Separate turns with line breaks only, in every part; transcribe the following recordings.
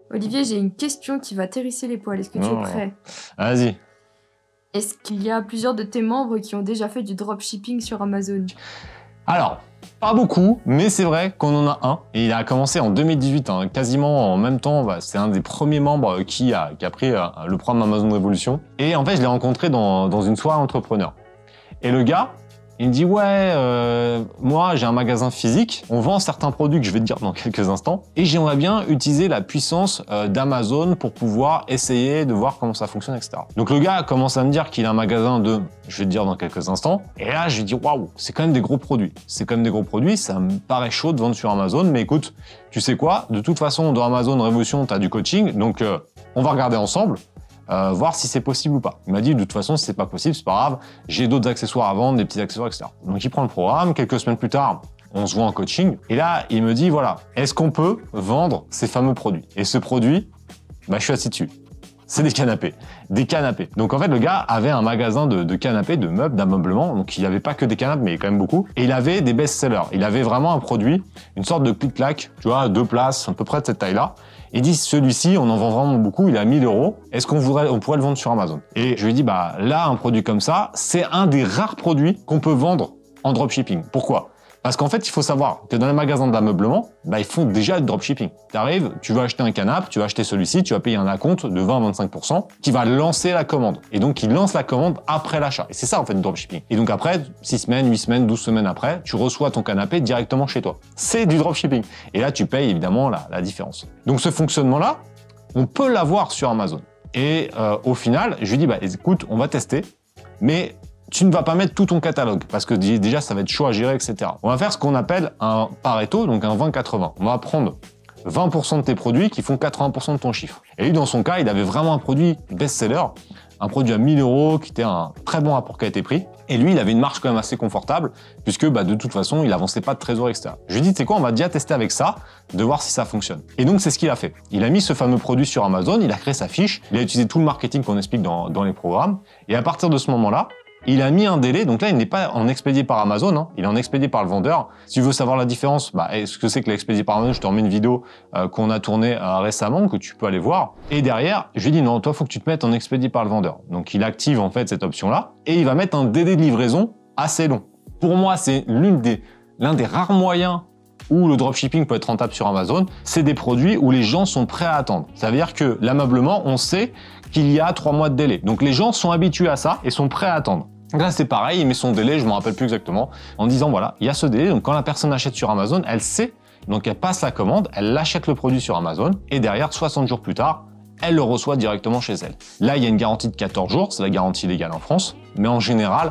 Olivier, j'ai une question qui va t'hérisser les poils. Est-ce que tu es prêt?
Vas-y.
Est-ce qu'il y a plusieurs de tes membres qui ont déjà fait du dropshipping sur Amazon?
Alors, pas beaucoup, mais c'est vrai qu'on en a un. Et il a commencé en 2018, hein, quasiment en même temps. C'est un des premiers membres qui a pris le programme Amazon Révolution. Et en fait, je l'ai rencontré dans une soirée entrepreneur. Et le gars, il me dit « Ouais, moi j'ai un magasin physique, on vend certains produits que je vais te dire dans quelques instants, et j'aimerais bien utiliser la puissance d'Amazon pour pouvoir essayer de voir comment ça fonctionne, etc. » Donc le gars commence à me dire qu'il a un magasin de, je vais te dire dans quelques instants, et là je lui dis « Waouh, c'est quand même des gros produits. C'est quand même des gros produits, ça me paraît chaud de vendre sur Amazon, mais écoute, tu sais quoi, de toute façon dans Amazon Révolution, tu as du coaching, donc on va regarder ensemble. » Voir si c'est possible ou pas. Il m'a dit, de toute façon, si c'est pas possible, c'est pas grave, j'ai d'autres accessoires à vendre, des petits accessoires, etc. Donc il prend le programme, quelques semaines plus tard, on se voit en coaching, et là, il me dit, voilà, est-ce qu'on peut vendre ces fameux produits? Et ce produit, je suis assis dessus. C'est des canapés. Des canapés. Donc en fait, le gars avait un magasin de canapés, de meubles, d'ameublement, donc il avait pas que des canapés, mais quand même beaucoup, et il avait des best-sellers. Il avait vraiment un produit, une sorte de clic-clac, tu vois, 2 places, à peu près de cette taille-là. Il dit, celui-ci, on en vend vraiment beaucoup, il est à 1000 €. Est-ce qu'on pourrait le vendre sur Amazon? Et je lui ai dit, là, un produit comme ça, c'est un des rares produits qu'on peut vendre en dropshipping. Pourquoi? Parce qu'en fait, il faut savoir que dans les magasins d'ameublement, ils font déjà du dropshipping. Tu arrives, tu vas acheter un canapé, tu vas acheter celui-ci, tu vas payer un acompte de 20-25% qui va lancer la commande. Et donc, il lance la commande après l'achat. Et c'est ça, en fait, du dropshipping. Et donc après, 6 semaines, 8 semaines, 12 semaines après, tu reçois ton canapé directement chez toi. C'est du dropshipping. Et là, tu payes évidemment la différence. Donc, ce fonctionnement-là, on peut l'avoir sur Amazon. Et au final, je lui dis, écoute, on va tester, mais tu ne vas pas mettre tout ton catalogue parce que déjà, ça va être chaud à gérer, etc. On va faire ce qu'on appelle un Pareto, donc un 20-80. On va prendre 20% de tes produits qui font 80% de ton chiffre. Et lui, dans son cas, il avait vraiment un produit best-seller, un produit à 1000 € qui était un très bon rapport qualité-prix. Et lui, il avait une marge quand même assez confortable puisque de toute façon, il avançait pas de trésorerie, etc. Je lui ai dit, tu sais quoi, on va déjà tester avec ça, de voir si ça fonctionne. Et donc, c'est ce qu'il a fait. Il a mis ce fameux produit sur Amazon, il a créé sa fiche, il a utilisé tout le marketing qu'on explique dans les programmes. Et à partir de ce moment-là, il a mis un délai, donc là, il n'est pas en expédié par Amazon, hein, il est en expédié par le vendeur. Si tu veux savoir la différence, ce que c'est que l'expédié par Amazon, je te remets une vidéo qu'on a tournée récemment, que tu peux aller voir. Et derrière, je lui dis, non, toi, faut que tu te mettes en expédié par le vendeur. Donc, il active en fait cette option-là et il va mettre un délai de livraison assez long. Pour moi, c'est l'un des rares moyens où le dropshipping peut être rentable sur Amazon, c'est des produits où les gens sont prêts à attendre. Ça veut dire que l'ameublement, on sait qu'il y a 3 mois de délai. Donc les gens sont habitués à ça et sont prêts à attendre. Donc là, c'est pareil, il met son délai, je ne me rappelle plus exactement, en disant voilà, il y a ce délai, donc quand la personne achète sur Amazon, elle sait, donc elle passe la commande, elle achète le produit sur Amazon et derrière, 60 jours plus tard, elle le reçoit directement chez elle. Là, il y a une garantie de 14 jours, c'est la garantie légale en France, mais en général,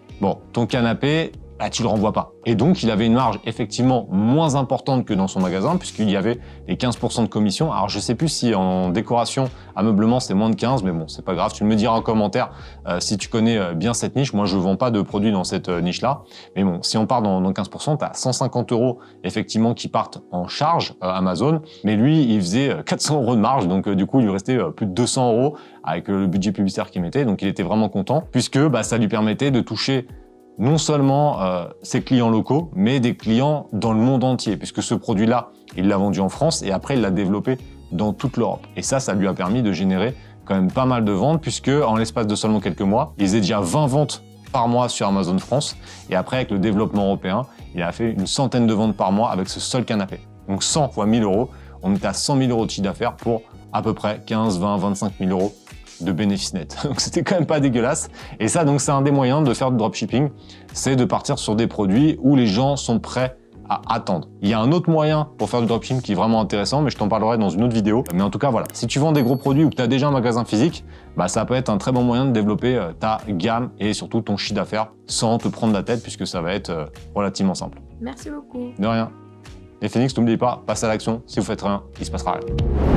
ton canapé, tu le renvoies pas. Et donc, il avait une marge effectivement moins importante que dans son magasin puisqu'il y avait les 15% de commission. Alors, je sais plus si en décoration, ameublement, c'est moins de 15, mais bon, c'est pas grave. Tu me diras en commentaire si tu connais bien cette niche. Moi, je vends pas de produits dans cette niche-là. Mais bon, si on part dans 15%, tu as 150 € effectivement qui partent en charge Amazon. Mais lui, il faisait 400 € de marge. Donc, du coup, il lui restait plus de 200 € avec le budget publicitaire qu'il mettait. Donc, il était vraiment content puisque ça lui permettait de toucher non seulement ses clients locaux, mais des clients dans le monde entier, puisque ce produit-là, il l'a vendu en France et après, il l'a développé dans toute l'Europe. Et ça lui a permis de générer quand même pas mal de ventes, puisque en l'espace de seulement quelques mois, il faisait déjà 20 ventes par mois sur Amazon France. Et après, avec le développement européen, il a fait une centaine de ventes par mois avec ce seul canapé. Donc 100 fois 1000 €, on est à 100 000 € de chiffre d'affaires pour à peu près 15, 20, 25 000 € de bénéfices nets. Donc c'était quand même pas dégueulasse. Et ça, donc c'est un des moyens de faire du dropshipping, c'est de partir sur des produits où les gens sont prêts à attendre. Il y a un autre moyen pour faire du dropshipping qui est vraiment intéressant, mais je t'en parlerai dans une autre vidéo. Mais en tout cas, voilà, si tu vends des gros produits ou que tu as déjà un magasin physique, ça peut être un très bon moyen de développer ta gamme et surtout ton chiffre d'affaires sans te prendre la tête puisque ça va être relativement simple.
Merci beaucoup.
De rien. Et Phoenix, n'oubliez pas, passez à l'action. Si vous faites rien, il se passera rien.